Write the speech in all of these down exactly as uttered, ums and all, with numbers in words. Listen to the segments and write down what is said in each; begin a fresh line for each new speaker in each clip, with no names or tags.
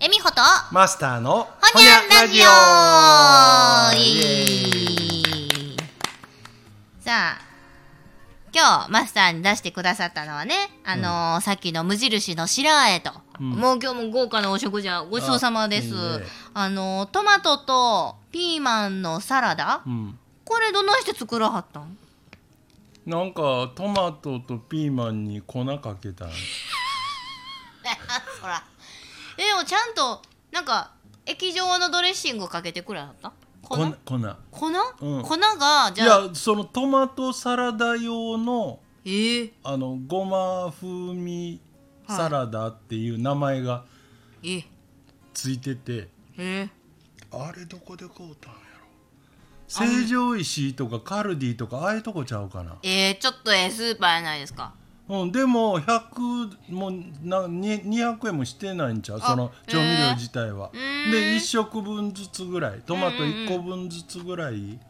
えみほと
マスターの
ほにゃんラジオイエーイ。さあ今日マスターに出してくださったのはね、あのーうん、さっきの無印の白あえと、うん、もう今日も豪華なお食事はごちそうさまです。 あ, あのー、トマトとピーマンのサラダ、うん、これどないして作らはったん？
なんかトマトとピーマンに粉かけたん
そらでもちゃんとなんか液状のドレッシングかけてくれはった粉
粉
粉、
うん、
粉がじゃあ
いやそのトマトサラダ用の、
えー、
あのごま風味サラダっていう名前がついてて、
え
ー、あれどこで買うたんやろ。成城石井とかカルディとかああいうとこちゃうかな。
えー、ちょっとええスーパーやないですか。
うん、でもひゃくもなにひゃくえんもしてないんちゃう、その調味料自体は、えー、でいっ食分ずつぐらい、トマトいっこぶんずつぐらい。うん、うん、い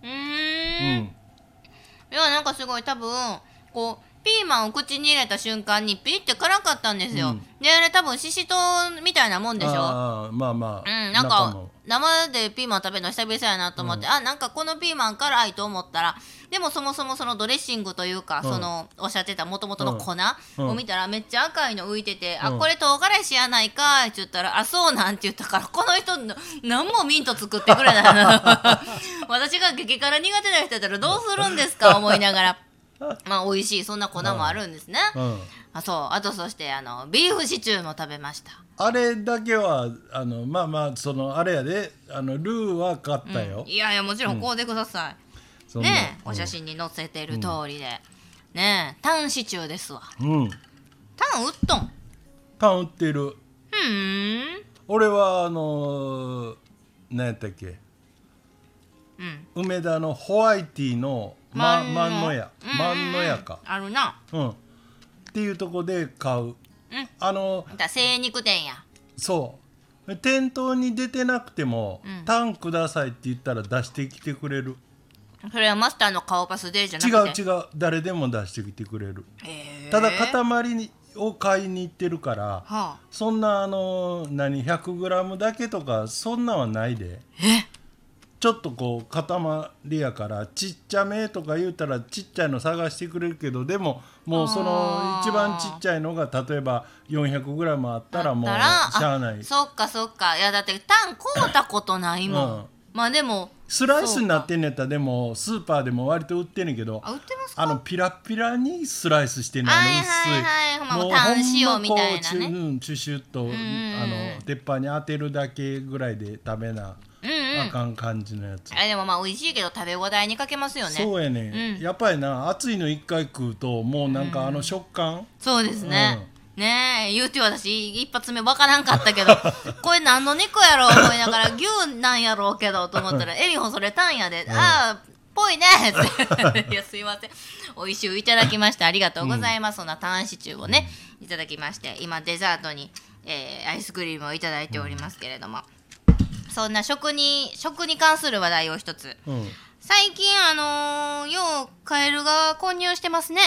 やなんかすごい多分こうピーマンを口に入れた瞬間にピリって辛かったんですよ、うん、であれ多分ししとうみたいなもんでしょ。
あまあまあ、
うん、なんか生でピーマン食べるの久々やなと思って、うん、あなんかこのピーマン辛いと思ったら、でもそもそもそのドレッシングというか、うん、そのおっしゃってた元々の粉を見たらめっちゃ赤いの浮いてて、うん、あこれ唐辛子やないかって言ったら、あそうなんて言ったから、この人何もミント作ってくれないな私が激辛苦手な人やったらどうするんですか思いながらまあ美味しいそんな粉もあるんですね、うん、あそうあとそしてあのビーフシチューも食べました。
あれだけはあのまあまあそのあれやで、あのルーは買ったよ、
うん、いやいやもちろんこうでください、うん、ねえ、うん、お写真に載せてる通りで、うん、ねえタンシチューですわ、うん、タン売っとん？
タン売ってる。
ふん
俺はあのー、何やったっけ、うん、梅田のホワイティのま万野屋万野屋か
あるな、
うん、っていうとこで買う、うん、あの
精肉店や。
そう店頭に出てなくても、うん、タンくださいって言ったら出してきてくれる。
それはマスターの顔パスでじゃなくて？
違う違う、誰でも出してきてくれる。ただ塊を買いに行ってるから、はあ、そんなあの何 ひゃくグラム だけとかそんなんはないで。
え
ちょっとこう塊やからちっちゃめとか言うたらちっちゃいの探してくれるけど、でももうその一番ちっちゃいのが例えば よんひゃくグラム あったらもうしゃあない。
そっかそっか。いやだってタン買うたことないもん、うん、まあでも
スライスになってんねやったらでもスーパーでも割と売ってんねんけど、
あ売ってますか？
あのピラピラにスライスしてんの、あの薄い、
はいはいはい、もうタン塩みたいなね、
うん、チュシュッと、うんうん、あの鉄板に当てるだけぐらいで食べなうんうん、あかん感じのやつ。
あでもまあ美味しいけど食べ応えに欠けますよね。
そうやね、うん、やっぱりな熱いの一回食うともうなんかあの食感、うん、
そうですね、うん、ねえ言うて私一発目わからんかったけどこれ何の肉やろう思いながら牛なんやろうけどと思ったらエミホそれタンやで、うん、ああぽいねっていやすいません、美味しゅういただきましてありがとうございます、うん、そんなタンシチューをねいただきまして、今デザートに、えー、アイスクリームをいただいておりますけれども、そんな食に食に関する話題を一つ、うん、最近あのー、ようカエルが混入してますね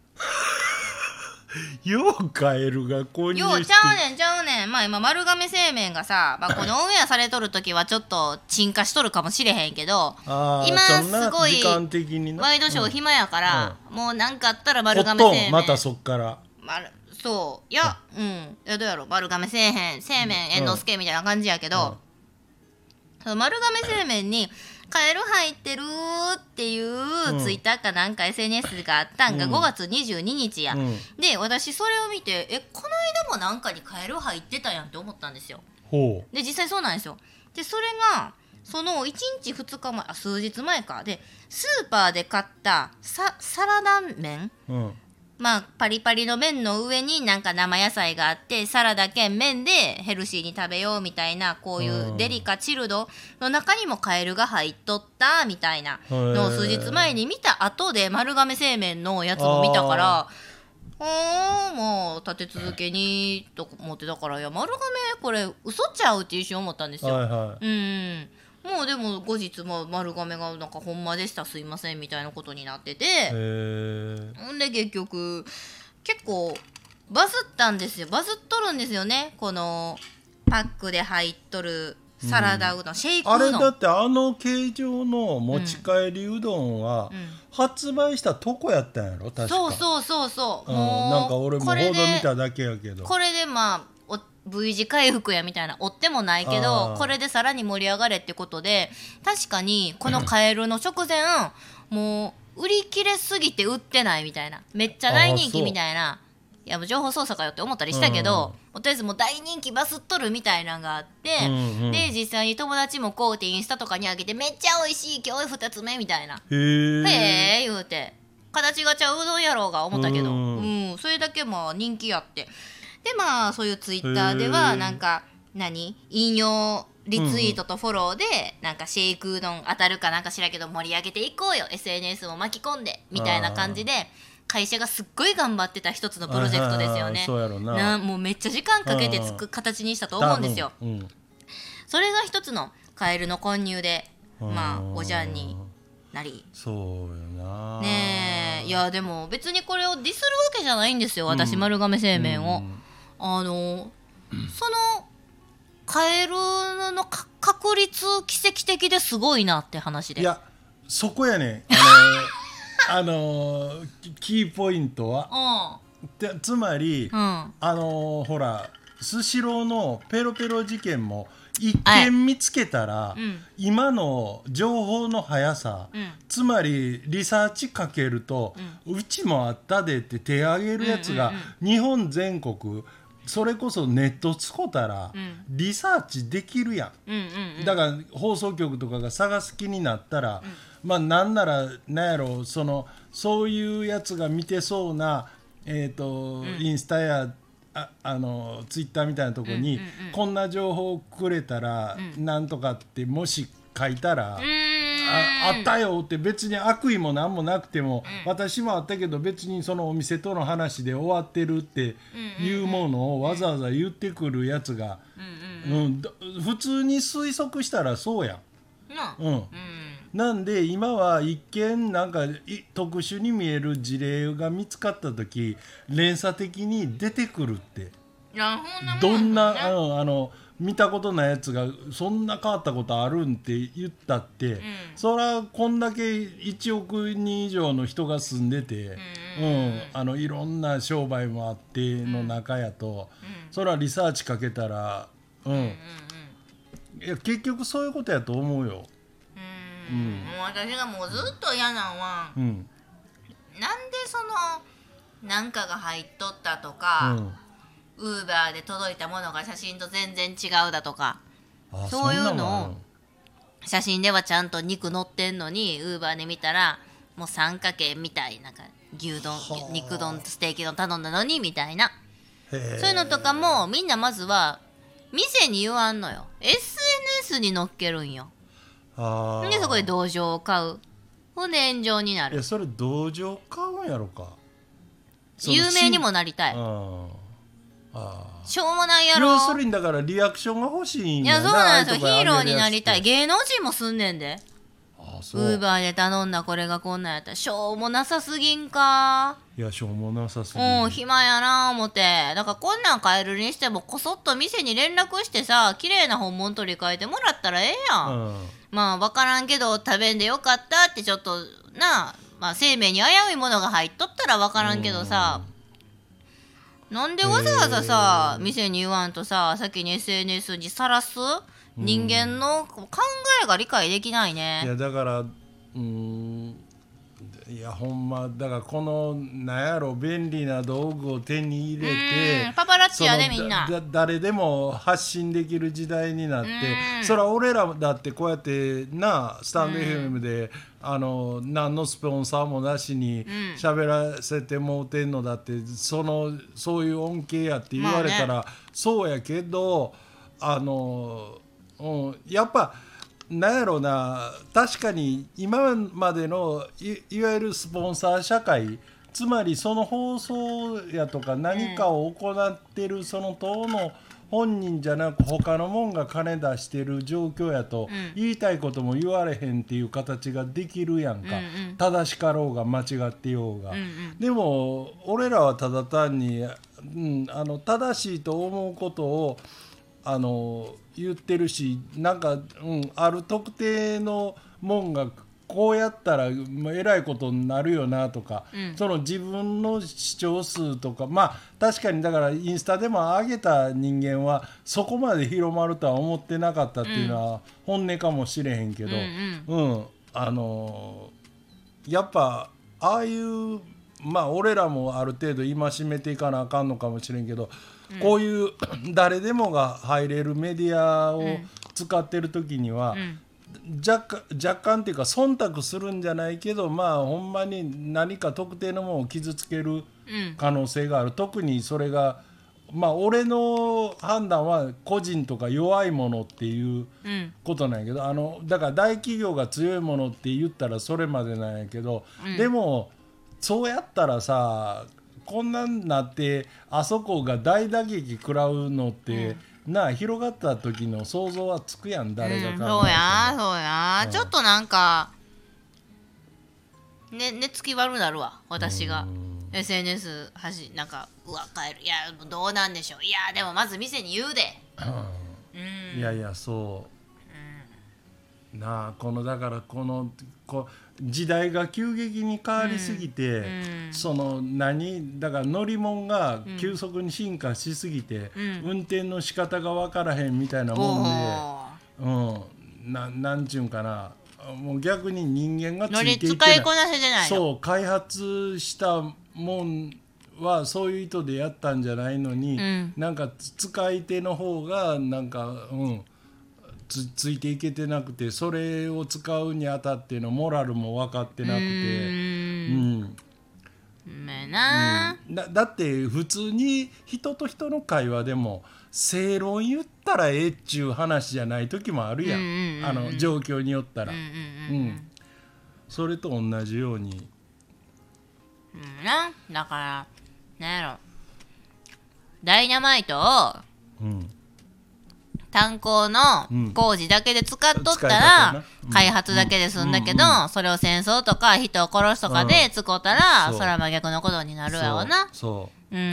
ようカエルが混入して
ようちゃうねんちゃうねん。まあ今丸亀製麺がさ、まあ、このオンエアされとる時はちょっと沈下しとるかもしれへんけど今すごいワイドショー暇やから、うん、もうなんかあったら丸亀製麺
またそっから、
ま、そういやうんいやどうやろ丸亀製麺製麺猿之助みたいな感じやけど、うん、丸亀製麺にカエル入ってるっていうツイッターかなんか エスエヌエス があったんがごがつにじゅうににちや、うん、で私それを見てえこの間もなんかにカエル入ってたやんって思ったんですよ。
ほう
で実際そうなんですよ。でそれがそのいちにちふつかまえあ数日前かでスーパーで買ったササラダ麺、うんまあ、パリパリの麺の上になんか生野菜があってサラダ兼麺でヘルシーに食べようみたいなこういうデリカチルドの中にもカエルが入っとったみたいなのを数日前に見た後で丸亀製麺のやつも見たからあーもう立て続けにと思ってたからいや丸亀これ嘘ちゃうって一瞬思ったんですよ、
はいはい、
うんもうでも後日も丸亀がなんかほんまでしたすいませんみたいなことになっててほんで結局結構バズったんですよバズっとるんですよねこのパックで入っとるサラダうどん、うん、シェイクうどん、
あれだってあの形状の持ち帰りうどんは、うんうん、発売したとこやったんやろ確か。
そうそうそうそう、
うん、なんか俺も報道見ただけやけど、
これでまあV 字回復やみたいな追ってもないけど、これでさらに盛り上がれってことで、確かにこのカエルの直前もう売り切れすぎて売ってないみたいな、めっちゃ大人気みたいな、いやもう情報操作かよって思ったりしたけど、うん、とりあえずもう大人気バズっとるみたいなのがあって、うんうん、で実際に友達もこうってインスタとかにあげてめっちゃ美味しい今日ふたつめみたいな、へーへー言うて形がちゃううどんやろうが思ったけど、うんうん、それだけまあ人気やって、でまあそういうツイッターではなんか何引用リツイートとフォローでなんかシェイクうどん当たるかなんか知らんけど盛り上げていこうよ エスエヌエス も巻き込んでみたいな感じで会社がすっごい頑張ってた一つのプロジェクトですよね。
そうやろな、
なもうめっちゃ時間かけてつく形にしたと思うんですよ、うん、それが一つのカエルの混入でまあおじゃんになり、
そうよな
ねえ。いやでも別にこれをディスるわけじゃないんですよ私、うん、丸亀製麺を、うん、あの、うん、そのカエルの確率奇跡的ですごいなって話で、
いやそこやねあのキーポイントは、うん、でつまり、うん、あのほらスシローのペロペロ事件も一見見つけたら、うん、今の情報の速さ、うん、つまりリサーチかけると、うん、うちもあったでって手挙げるやつが、うんうんうん、日本全国それこそネット使ったら、うん、リサーチできるやん、うんうんうん、だから放送局とかが探す気になったら、うん、まあなんならなんやろそのそういうやつが見てそうな、えーとうん、インスタやああのツイッターみたいなとこに、うんうんうん、こんな情報くれたら、うん、なんとかってもし書いたら、あ, あったよって別に悪意も何もなくても、うん、私もあったけど別にそのお店との話で終わってるっていうものをわざわざ言ってくるやつが、うんうんうんうん、普通に推測したらそうやん、うんうん、なんで今は一見なんか特殊に見える事例が見つかった時連鎖的に出てくるって、どんなあのあの見たことないやつがそんな変わったことあるんって言ったって、うん、そりゃこんだけいちおくにん以上の人が住んでて、うんうん、あのいろんな商売もあっての中やと、うん、そりゃリサーチかけたら、うんうんうん、いや結局そういうことやと思うよ。
うん、もう私がもうずっと嫌なのは、うん、なんでそのなんかが入っとったとか、ウーバーで届いたものが写真と全然違うだとか、そういうのを写真ではちゃんと肉乗ってんのにウーバーで見たらもう三角形みたいな牛丼肉丼ステーキ丼頼んだのにみたいな、そういうのとかもみんなまずは店に言わんのよ、 エスエヌエス に載っけるんよ。あでそこで同情を買う、ほんで炎上になる。
いやそれ同情買うんやろか、
有名にもなりたい。ああしょうもないやろ。
要するにだからリアクションが欲しいんやな。
いやそうなんですよ、ヒーローになりたい。芸能人もすんねんで。ウーバーで頼んだこれがこんなんやったらしょうもなさすぎんか。
いやしょうもなさすぎん。
うん暇やな思って、だからこんなん買えるにしてもこそっと店に連絡してさ、綺麗な本物取り替えてもらったらええやん、うん、まあ分からんけど食べんでよかったってちょっとな、まあ、生命に危ういものが入っとったら分からんけどさ、うん、なんでわざわざさ店に言わんとさ先に エスエヌエス にさらす人間の考えが理解できないね。
いやだからうーんいやほんまだからこのなんやろ便利な道具を手に入れて
パパラッチやでみんな
だ誰でも発信できる時代になって、それは俺らだってこうやってなスタンド エフエム であの何のスポンサーもなしに喋らせてもうてんのだって、そのそういう恩恵やって言われたらそうやけど、あの、うん、やっぱなんやろうな、確かに今までの い, いわゆるスポンサー社会、つまりその放送やとか何かを行ってるその党の本人じゃなく他のもんが金出してる状況やと、言いたいことも言われへんっていう形ができるやんか、うんうん、正しかろうが間違ってようが、うんうん、でも俺らはただ単に、うん、あの正しいと思うことをあの言ってるし、なんか、うん、ある特定のもんがこうやったらえらいことになるよなとか、うん、その自分の視聴数とか、まあ確かにだからインスタでも上げた人間はそこまで広まるとは思ってなかったっていうのは本音かもしれへんけど、うんうん、うん、あのやっぱああいうまあ俺らもある程度戒めていかなあかんのかもしれんけど、うん、こういう誰でもが入れるメディアを使ってる時には、うん若干、若干っていうか忖度するんじゃないけど、まあほんまに何か特定のものを傷つける可能性がある、うん、特にそれがまあ俺の判断は個人とか弱いものっていうことなんやけど、うん、あのだから大企業が強いものって言ったらそれまでなんやけど、うん、でもそうやったらさこんなんなってあそこが大打撃食らうのって、うん、なあ広がった時の想像はつくやん、誰が考えても、
うん、そうやそうや、うん、ちょっとなんかね寝つき悪なるわ私が エスエヌエス はじなんかうわ帰るいやどうなんでしょういやでもまず店に言うで、
うん、いやいやそう、うん、なあこのだからこのこ時代が急激に変わりすぎて、うん、その何だから乗り物が急速に進化しすぎて、うん、運転の仕方が分からへんみたいなもんで、うん、な, なんちゅうんかなもう逆に人間がついていってない、
乗り使いこなせてないの。
そう開発したもんはそういう意図でやったんじゃないのに、うん、なんか使い手の方がなんかうんつ, ついていけてなくて、それを使うにあたってのモラルも分かってなくて、うーん、
うんめな、
うん、だ, だって普通に人と人の会話でも正論言ったらええっちゅう話じゃない時もあるやん、うんうんうん、あの状況によったら、うんうんうんうん、それと同じように、
うんな、だからなんやろダイナマイトを、うん炭鉱の工事だけで使っとったら、うん、開発だけで済んだけど、うんうん、それを戦争とか人を殺すとかで使ったら、うん、それは真逆のことになるやろな。
そう、
うん、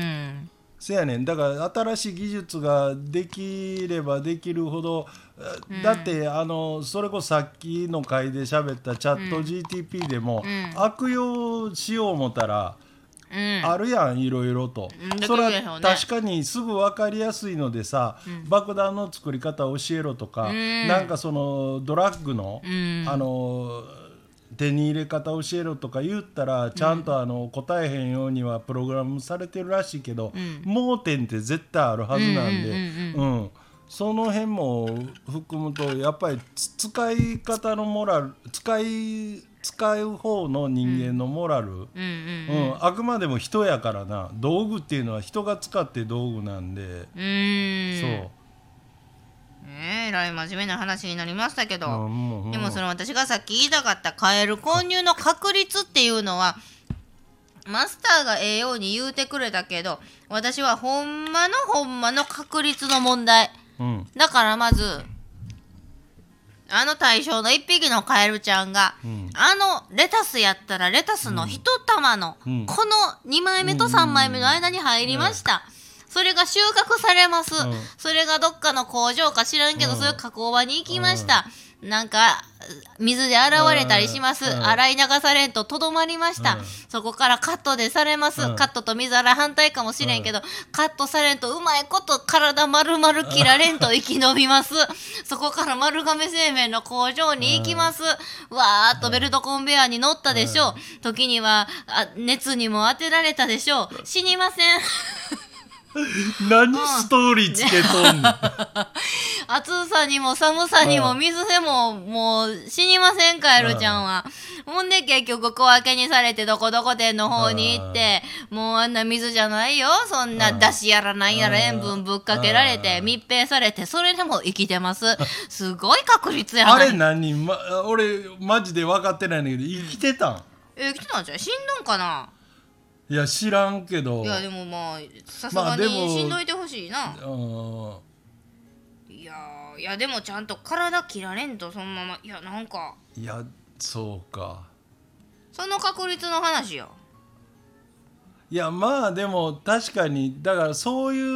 せやねん。だから新しい技術ができればできるほど、うん、だってあのそれこそさっきの回で喋ったチャット ジーティーピー でも、うん、悪用しよう思ったらうん、あるやんいろいろと、うん、それは確かにすぐ分かりやすいのでさ、うん、爆弾の作り方を教えろとか、うん、なんかそのドラッグの、うん、あの手に入れ方を教えろとか言ったらちゃんとあの答えへんようにはプログラムされてるらしいけど、うん、盲点って絶対あるはずなんで、うんうんうんうん、その辺も含むとやっぱり使い方のモラル使い使う方の人間のモラル、うんうんうんうん、あくまでも人やからな。道具っていうのは人が使って道具なんで、うーんそう
えー、えらい真面目な話になりましたけど、うんうんうん、でもその私がさっき言いたかったカエル混入の確率っていうのはマスターがええように言うてくれたけど私はほんまのほんまの確率の問題、うん、だからまずあの対象の一匹のカエルちゃんが、うん、あのレタスやったらレタスの一玉の、うん、このにまいめとさんまいめの間に入りました、うん、それが収穫されます、うん、それがどっかの工場か知らんけど、うん、それ加工場に行きました、うん、なんか水で洗われたりします、うん、洗い流されんととどまりました、うん、そこからカットでされます、うん、カットと水洗い反対かもしれんけど、うん、カットされんとうまいこと体丸々切られんと生き延びますそこから丸亀製麺の工場に行きます、うん、わーっとベルトコンベヤーに乗ったでしょう、うん、時にはあ熱にも当てられたでしょう、死にません
何ストーリーつけとんの、うん、
暑さにも寒さにも水でももう死にませんカエルちゃんは。ほんで結局小分けにされてどこどこ店の方に行ってもうあんな水じゃないよそんなだしやらなんやら塩分ぶっかけられて密閉されてそれでも生きてます。すごい確率やな。
あれ何、ま、俺マジで分かってないんだけど生きてたん、
え生きてたんじゃん死んだんかな。
いや知らんけど
いやでもまあさすがにしんどいてほしいな、まあ、いやいやでもちゃんと体切られんとそのままいやなんか
いやそうか
その確率の話よ。
いやまあでも確かにだからそういう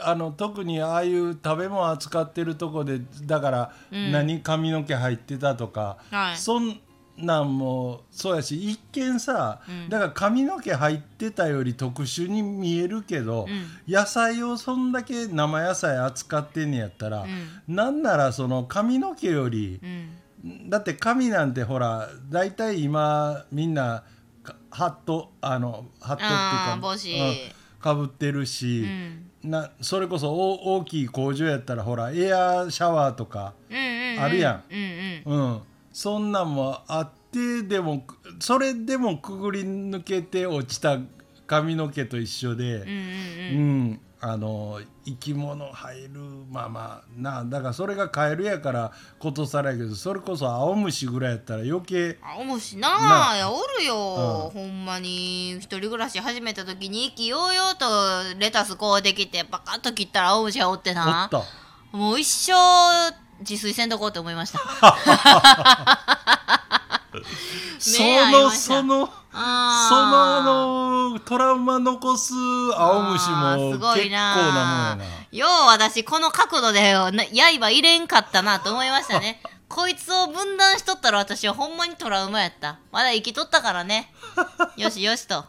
あの特にああいう食べ物扱ってるとこでだから、うん、何髪の毛入ってたとか、はい、そんなんもそうやし一見さ、うん、だから髪の毛入ってたより特殊に見えるけど、うん、野菜をそんだけ生野菜扱ってんねやったら、うん、なんならその髪の毛より、うん、だって髪なんてほらだいたい今みんなハットあのハットっていうか
帽子、
うん、かぶってるし、うん、なそれこそ大きい工場やったらほらエアシャワーとかあるやん、うんうんうん、そんなんもあってでもそれでもくぐり抜けて落ちた髪の毛と一緒で、うんうんうんうん、あの生き物入るまあまあなだからそれがカエルやからことさらやけどそれこそ青虫ぐらいやったら余計
青虫なあやおるよ、うん、ほんまに一人暮らし始めた時に意気揚々とレタスこうできてパカッと切ったら青虫がおってなおったもう一生自炊せんとこうって思いました
そのそのそのあのトラウマ残す青虫も結構なもんやな
よう私この角度で刃入れんかったなと思いましたねこいつを分断しとったら私はほんまにトラウマやったまだ生きとったからねよしよしと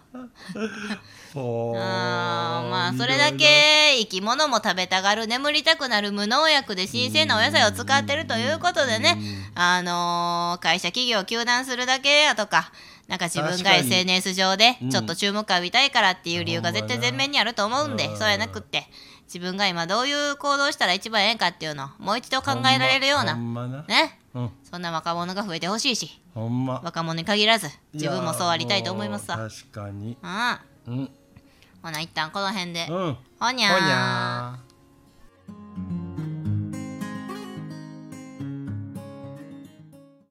あまあそれだけ生き物も食べたがる眠りたくなる無農薬で新鮮なお野菜を使ってるということでねあのー、会社企業を糾弾するだけやとかなんか自分が エスエヌエス 上でちょっと注目浴びたいからっていう理由が絶対前面にあると思うんで、うん、そうやなくって自分が今どういう行動したら一番ええかっていうのをもう一度考えられるような、なね、うん、そんな若者が増えてほしいし
ほんま
若者に限らず自分もそうありたいと思いますさ
確かに
ああ、
うん
ほな一旦この辺で、
うん、
ほにゃー。